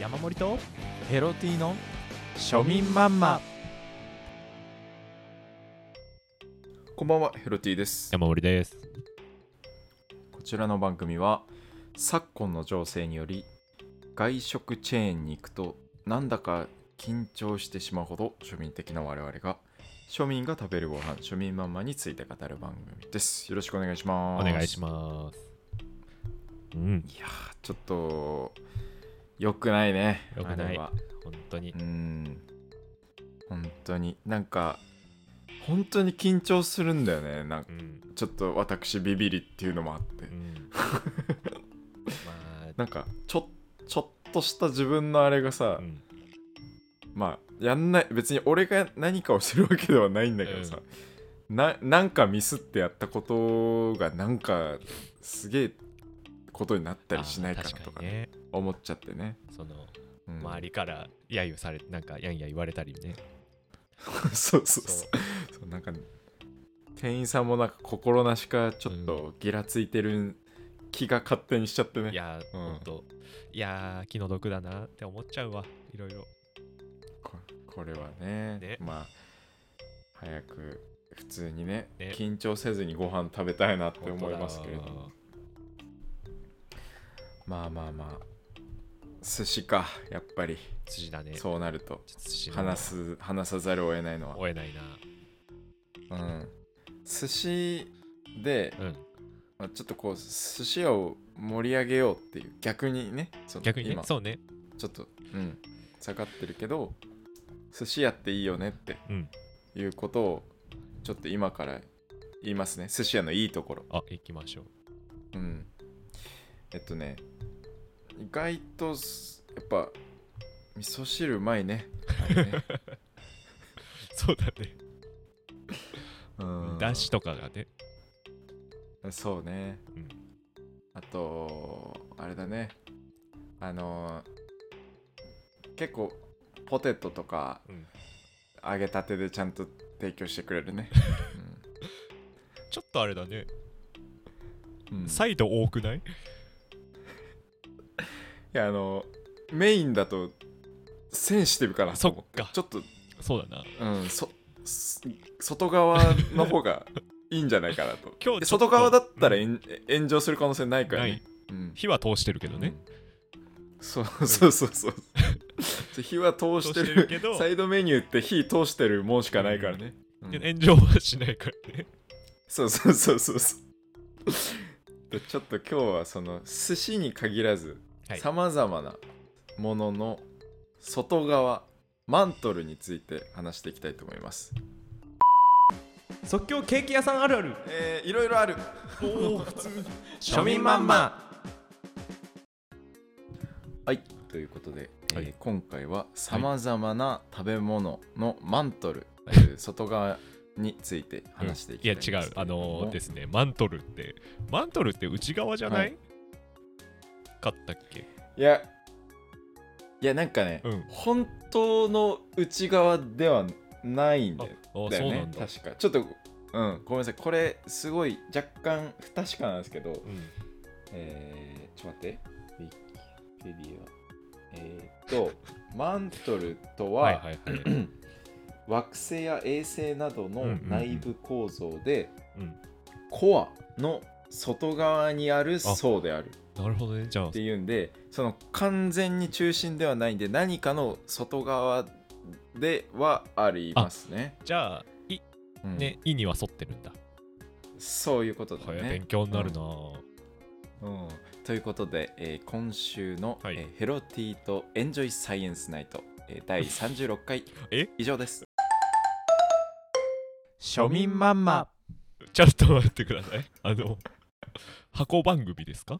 山盛りとヘロティの庶民マンマ。こんばんは、ヘロティです。 山盛りです。 こちらの番組は昨今の情勢により外食チェーンに行くとなんだか緊張してしまうほど庶民的な我々が庶民が食べるご飯、庶民マンマについて語る番組です。よろしくお願いします。 お願いします。 いやちょっと良くないね。 良くない。本当に。 本当になんか本当に緊張するんだよね。なんかちょっと私ビビりっていうのもあって、なんかちょっとした自分のあれがさ、まあやんない、別に俺が何かをするわけではないんだけどさ、なんかミスってやったことがなんかすげえことになったりしないかなとか、ね、思っちゃってね。 その、周りから揶揄されてなんかやんや言われたりね。 そうなんか店員さんもなんか心なしかちょっとギラついてる気が勝手にしちゃってね。 いやほんと、いや気の毒だなって思っちゃうわ。いろいろこれは ねまあ早く普通にね緊張せずにご飯食べたいなって思いますけれども、まあ寿司か、やっぱり寿司だね。 そうなると話さざるを得ないのは追えないな。 寿司で、まあ、ちょっとこう寿司屋を盛り上げようっていう、逆にね今そうね、 ちょっと下がってるけど寿司屋っていいよねっていうことをちょっと今から言いますね。寿司屋のいいところ。 行きましょう。 意外とやっぱ味噌汁うまいね。 そうだね。だしとかがね。 そうね。あとあれだね。結構ポテトとか、揚げたてでちゃんと提供してくれるね。 ちょっとあれだね。サイド多くない？ いやメインだとセンシティブかなと思って。ちょっとそうだな。 外側の方がいいんじゃないかなと。 今日外側だったら、炎上する可能性ないからね。 火は通してるけどね。 そう火は通してるけど、サイドメニューって火通してるもんしかないからね。 炎上はしないからね。 そうちょっと今日はその寿司に限らずさまざまなものの外側、マントルについて話していきたいと思います。 即興ケーキ屋さんあるある。 いろいろある。 普通庶民マンマ。はい、ということで、今回はさまざまな食べ物のマントル、外側について話していきたいんですけれども。 いや違う、ですね、マントルって内側じゃない、かったっけ？ いやなんかね、本当の内側ではないんだよね。 そうなんだ。 確かちょっとごめんなさい、これすごい若干不確かなんですけど、ちょっと待って、ウィキペディアマントルとは、惑星や衛星などの内部構造で、コアの外側にある層である。 なるほどね。じゃあっていうんで、その完全に中心ではないんで、何かの外側ではありますね。 じゃあ意には沿ってるんだ。 そういうことだね。 勉強になるな。 ということで、今週の、ヘロティとエンジョイサイエンスナイト、第36回以上です。庶民マンマ。 ちょっと待ってください。箱番組ですか？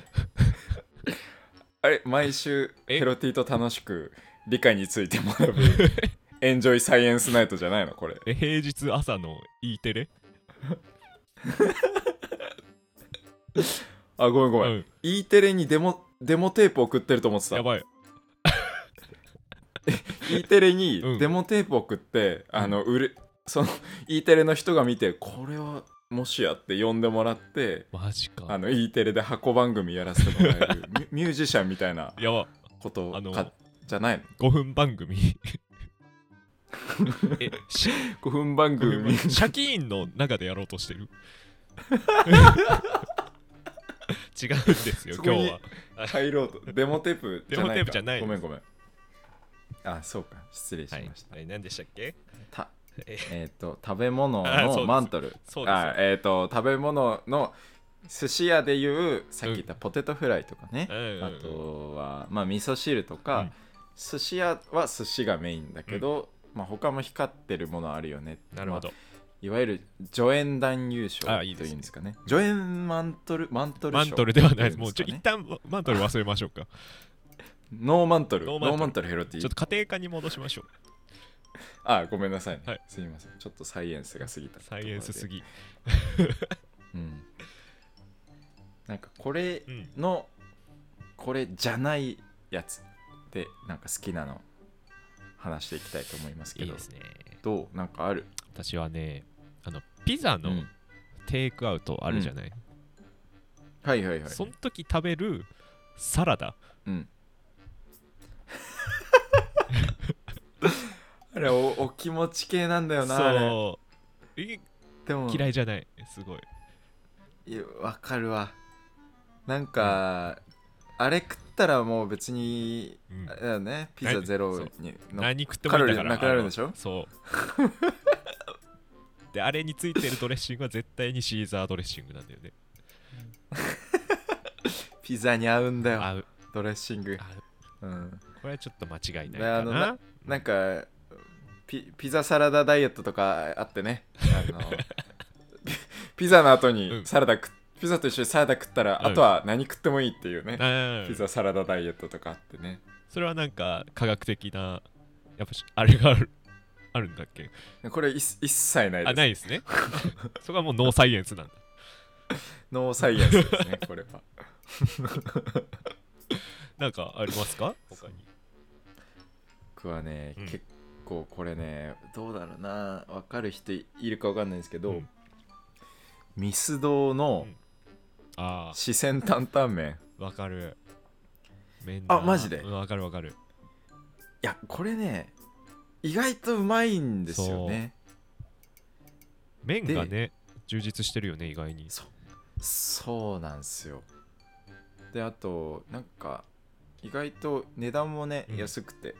あれ、毎週ヘロティと楽しく理科について学ぶエンジョイサイエンスナイトじゃないのこれ？ 平日朝の E テレ？ ごめん、E テレにデモテープ送ってると思ってた。 やばい。 E テレにデモテープ送って、その E テレの人が見て、これはもしやって呼んでもらって、 マジか。 E テレで箱番組やらせてもらえるミュージシャンみたいなやばことかじゃないの 5分番組 5分番組シャキーンの中でやろうとしてる違うんですよ今日は入ろうとデモテープじゃないか。 デモテープじゃないごめんあ、そうか、失礼しました、 何でしたっけ。 食べ物のマントル。 そうです食べ物の寿司屋でいうさっき言ったポテトフライとかね、あとはまあ味噌汁とか、寿司屋は寿司がメインだけど、まあ他も光ってるものあるよね。 なるほど、 いわゆる助演男優賞というんですかね。助演マントル賞。 マントルではないです。もう一旦マントル忘れましょうか。 ノーマントルヘロティ。 ちょっと家庭科に戻しましょう。 あ、ごめんなさいね、すいません、ちょっとサイエンスが過ぎた。 サイエンスすぎなんかこれの、これじゃないやつでなんか好きなの話していきたいと思いますけど。 いいですね。 どうなんかある？ 私はね、ピザのテイクアウトあるじゃない、 はいはいはい。 その時食べるサラダ、 あれ お気持ち系なんだよな。 そう、 でも嫌いじゃない、すごい。 いや、わかるわ。なんか、あれ食ったらもう別に、あれだよね、ピザゼロに何食ってもいいんだからカロリーなくなるんでしょ。 そうで、あれについてるドレッシングは絶対にシーザードレッシングなんだよね。 ピザに合うんだよ、 合うドレッシング。 これはちょっと間違いないかな。 なんかピザサラダダイエットとかあってね、ピザの後にサラダピザと一緒にサラダ食ったら、あとは何食ってもいいっていうね、ピザサラダダイエットとかあってね。 それはなんか科学的なやっぱあれがあるんだっけ。 これ一切ないです。 ないですねそこはもうノーサイエンスなんだ。 ノーサイエンスですねこれはなんかありますか他に。 僕はね、結構これね、どうだろうな、分かる人いるか分かんないんですけど、ミスドの四川担々麺。 分かる。 マジで。 分かる分かる。いや、これね意外とうまいんですよね。 麺がね充実してるよね、意外に。 そうなんですよ。で、あとなんか意外と値段もね、安くて、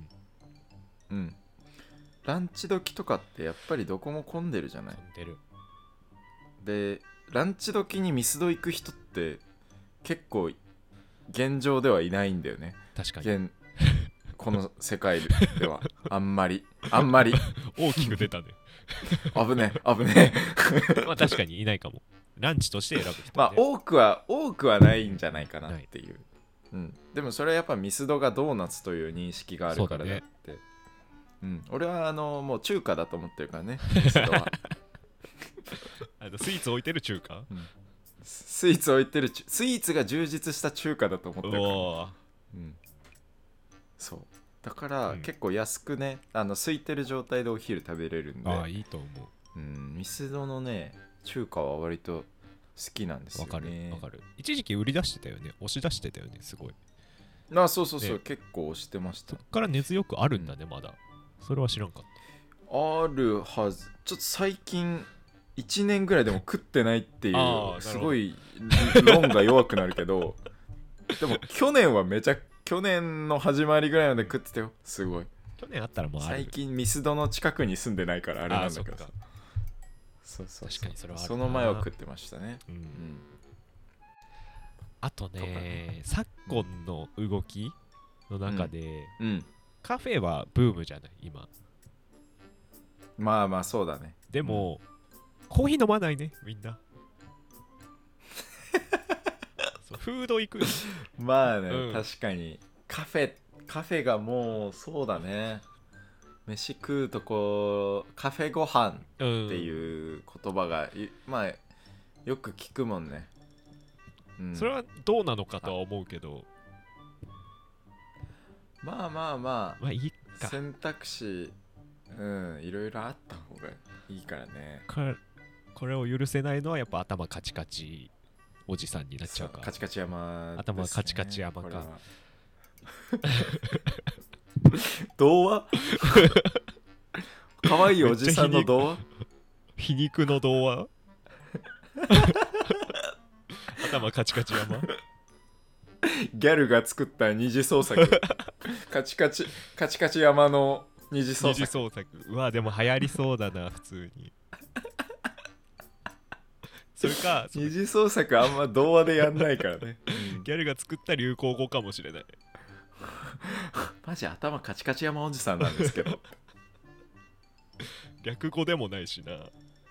ランチ時とかってやっぱりどこも混んでるじゃない。 混んでる。で、 ランチ時にミスド行く人って結構現状ではいないんだよね。 確かにこの世界ではあんまり大きく出たね危ねまあ確かにいないかも。ランチとして選ぶ人、ね、 まあ多くはないんじゃないかなっていう、でもそれはやっぱミスドがドーナツという認識があるからだって、俺はもう中華だと思ってるからね、ミスドはスイーツ置いてる中華、 スイーツが充実した中華だと思ってるから、そうだから、結構安くね、空いてる状態でお昼食べれるんで、 いいと思う。 ミスドのね中華は割と好きなんですよね。 わかる。一時期売り出してたよね、押し出してたよね、すごい。 そう、結構押してました。 そっから根強くあるんだね、まだ。それは知らんかった。 あるはず。ちょっと最近1年ぐらいでも食ってないっていうすごい論が弱くなるけどでも去年の始まりぐらいまで食ってたよ。すごい。 去年あったらもうある。 最近ミスドの近くに住んでないからあれなんだけど、そう確かにそれはあるな。 その前は食ってましたね。 あとね、昨今の動きの中で、カフェはブームじゃない今。 まあそうだね。 でも、コーヒー飲まないね、みんな。フード行くよ。 まあね、確かにカフェがもうそうだね。飯食うとこカフェご飯っていう言葉が、まあよく聞くもんね。 それはどうなのかとは思うけど、 まあいいか。 選択肢いろいろあった方がいいからね。 これを許せないのはやっぱ頭カチカチおじさんになっちゃうか。 カチカチ山、 頭カチカチ山か。 童話かわいいおじさんの童話皮肉の童話頭カチカチ山ギャルが作った二次創作カチカチ山の二次創作うわでも流行りそうだな普通にそれか二次創作あんま童話でやんないからね、 ギャルが作った流行語かもしれない。 マジ頭カチカチ山おじさんなんですけど略語でもないしな。いや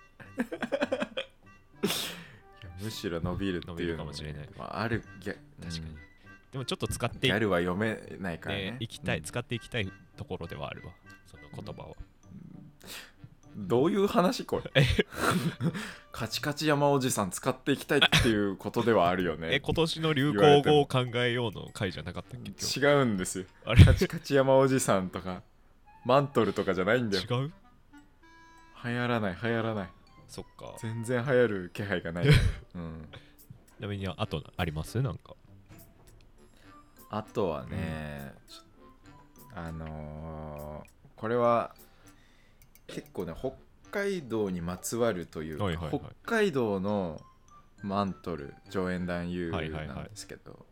むしろ伸びるっていうのかもしれない、 ある確かに、でもちょっと使ってギャルは読めないからね、 使っていきたいところではあるわ、その言葉は。 どういう話これカチカチ山おじさん使っていきたいっていうことではあるよね今年の流行語を考えようの回じゃなかったっけ？ 違うんですよ。カチカチ山おじさんとかマントルとかじゃないんだよ。 違う？ 流行らないそっか、 全然流行る気配がない、ちなみにあとあります？なんかあとはね、これは結構ね北海道にまつわるというか、北海道のマントル上演団遊なんですけど、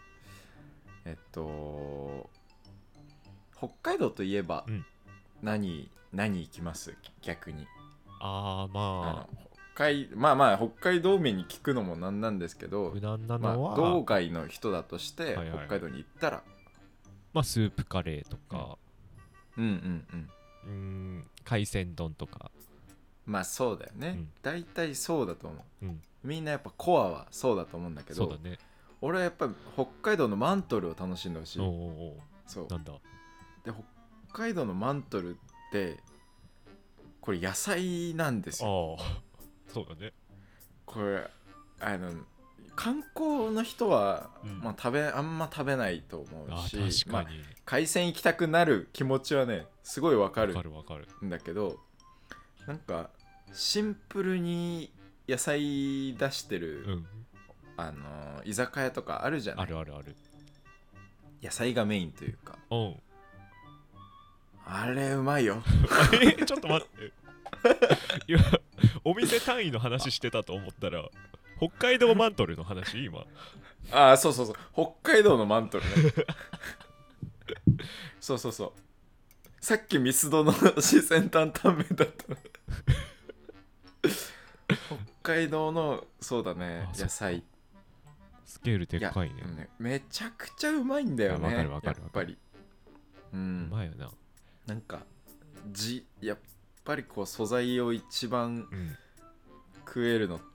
北海道といえば、何行きます逆に？北海道民に聞くのもなんなんですけど、道外の人だとして北海道に行ったら、 スープカレーとか、海鮮丼とか、 まあそうだよね、大体そうだと思う、みんなやっぱコアはそうだと思うんだけど、 そうだね、 俺はやっぱ北海道のマントルを楽しんでほしい。そうなんだで、北海道のマントルってこれ野菜なんですよ。 そうだね。 これ観光の人は、あんま食べないと思うし、 確かに、 海鮮行きたくなる気持ちはねすごいわかるんだけど、なんかシンプルに野菜出してる、居酒屋とかあるじゃない。 ある野菜がメインというか、あれうまいよちょっと待って今お店単位の話してたと思ったら北海道マントルの話今。 そう北海道のマントルねそうさっきミスドの四川担々麺だった北海道のそうだね野菜スケールでっかいね。 めちゃくちゃうまいんだよね。やっぱりうまいよな。 なんかやっぱりこう素材を一番食えるのって、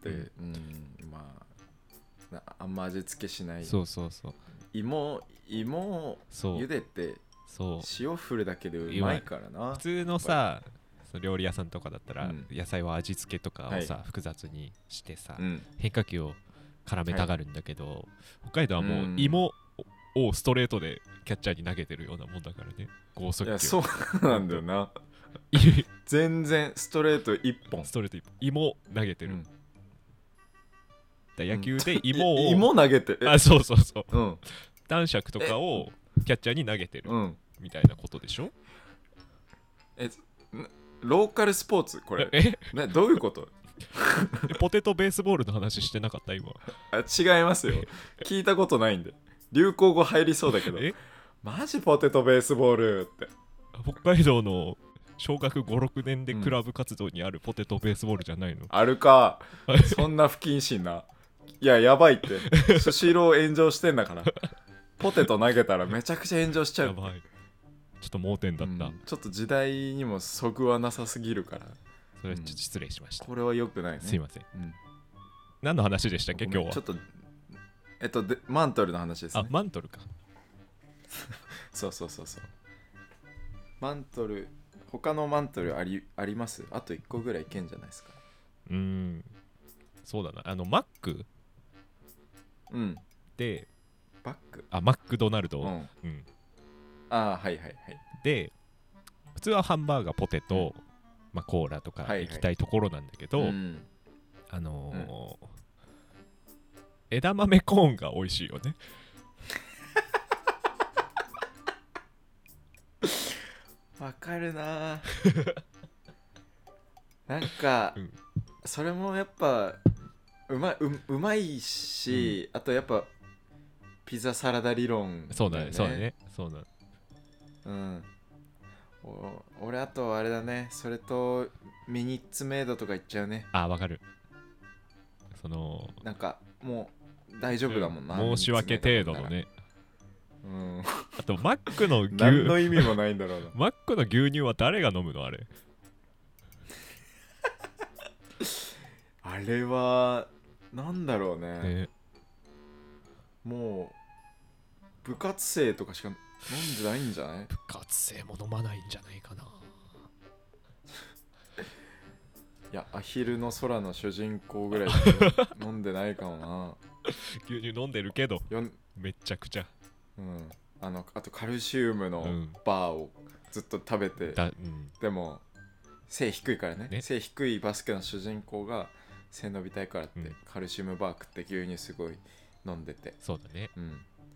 あんま味付けしない。 そう芋を茹でて塩振るだけでうまいからな。 普通のさ料理屋さんとかだったら、野菜は味付けとかをさ、複雑にしてさ、変化球を絡めたがるんだけど、北海道はもう芋をストレートでキャッチャーに投げてるようなもんだからね。剛速球。 いやそうなんだよな全然ストレート1本芋投げてる、野球で芋投げてそう、男爵とかをキャッチャーに投げてる、みたいなことでしょ。 ローカルスポーツこれどういうことポテトベースボールの話してなかった今。 違いますよ聞いたことないんで。流行語入りそうだけどマジポテトベースボールって。 北海道の小学 5,6 年でクラブ活動にあるポテトベースボールじゃないの？ あるかそんな不謹慎な。いややばいってスシロー炎上してんだからポテト投げたらめちゃくちゃ炎上しちゃう。 やばい、ちょっと盲点だった、 ちょっと時代にもそぐわなさすぎるから、 それはちょっと失礼しました、 これは良くないね。 すいません、何の話でしたっけ今日は。 ちょっとマントルの話ですね。 マントルかそうマントル、他のマントルあります？あと1個ぐらいいけんじゃないですか。 そうだな、マックでマクドナルド、 はいで普通はハンバーガーポテト、コーラとか行きたいところなんだけど、枝豆コーンが美味しいよねわかるななんか、うん、それもやっぱうまいし、あとやっぱピザサラダ理論だよね。 そうだね、そうだね、そうだ。 うん。俺あとあれだね、それとミニッツメイドとか言っちゃうね。 あ、わかる。そのなんかもう大丈夫だもんな、 申し訳程度のね。 うん。 あとマックの牛何の意味もないんだろうな。 マックの牛乳は誰が飲むのあれ。 あれはなんだろうね。もう部活生とかしか飲んでないんじゃない？ 部活生も飲まないんじゃないかな。 いや、アヒルの空の主人公ぐらい飲んでないかもな。 牛乳飲んでるけどめちゃくちゃ、 うん、あとカルシウムのバーをずっと食べて、うん、でも背低いから ね、背低いバスケの主人公が背伸びたいからって、カルシウムバー食って牛乳すごい飲んでて。 そうだね、うん。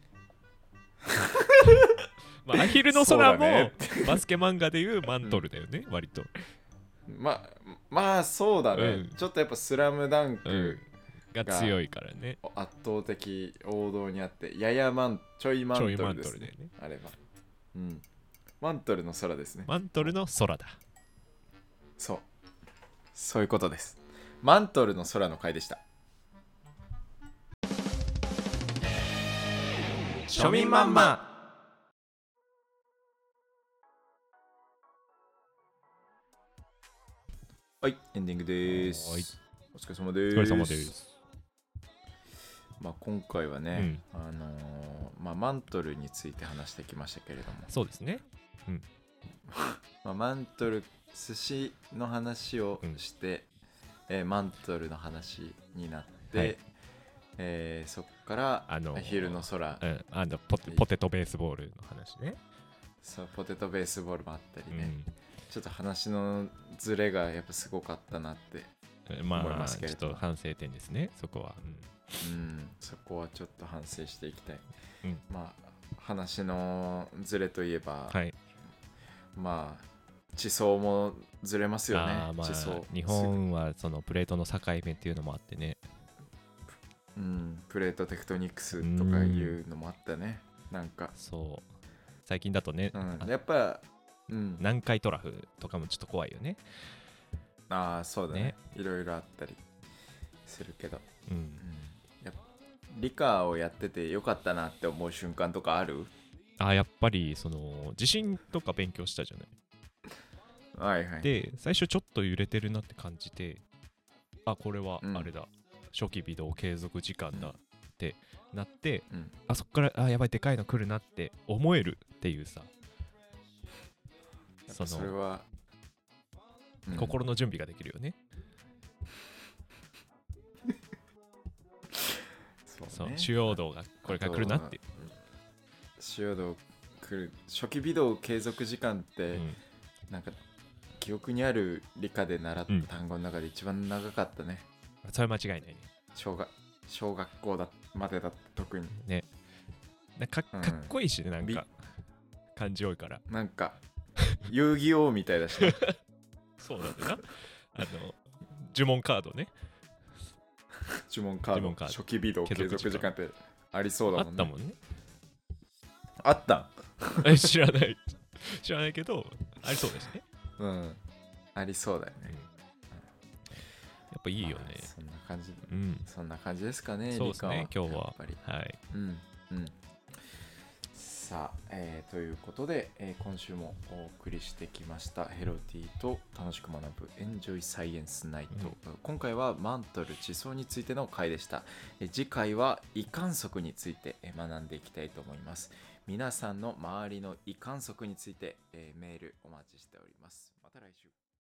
まあ、アヒルの空もバスケ漫画でいうマントルだよね、割と。 まあそうだね、ちょっとやっぱスラムダンクが強いからね、 圧倒的王道にあって、ややちょいマントルですね、あれば。うん、マントルの空ですね。 マントルの空だ。 そういうことです。マントルの空の回でした。庶民マンマ。はい、エンディングです。お疲れ様です。 お疲れ様です。 まあ、今回はね、マントルについて話してきましたけれども。 そうですね。うん。 マントル、寿司の話をして、マントルの話になって、はい、そっからアヒルの空、 ポテトベースボールの話ね。 そう、ポテトベースボールもあったりね、ちょっと話のズレがやっぱすごかったなって思いますけれども、 ちょっと反省点ですね、そこは。 そこはちょっと反省していきたい。まあ話のズレといえば、はい、まあ地層もずれますよね。地層。 日本はそのプレートの境目っていうのもあってね。 プレートテクトニクスとかいうのもあったね。なんかそう最近だとね、 やっぱ、 南海トラフとかもちょっと怖いよね。 ああそうだね。いろいろあったりするけど、理科をやっててよかったなって思う瞬間とかある？ やっぱりその地震とか勉強したじゃない。 はいはい。 で最初ちょっと揺れてるなって感じて、これはあれだ、初期微動継続時間だってなって、そっからやばいでかいの来るなって思えるっていうさ、 それは、 心の準備ができるよね。そう主要動がこれから来るなって。 主要動来る初期微動継続時間って、なんか記憶にある理科で習った単語の中で一番長かったね。 それは間違いないね。 小学校までだった特にね。かっこいいしね、なんか漢字多いから。 なんか遊戯王みたいだし、ね、 そうなんだな。呪文カードね。 呪文カード初期微動継続時間ってありそうだもんね。 あったもんね。 あったん知らないけどありそうですね。 ありそうだよね。 やっぱいいよね。 そんな感じ、そんな感じですかね。 そうですね、今日は。はい。 さあ、ということで、今週もお送りしてきましたヘロティと楽しく学ぶエンジョイサイエンスナイト、今回はマントル地層についての回でした。次回は異観測について学んでいきたいと思います。皆さんの周りの異観測について、メールお待ちしております。また来週。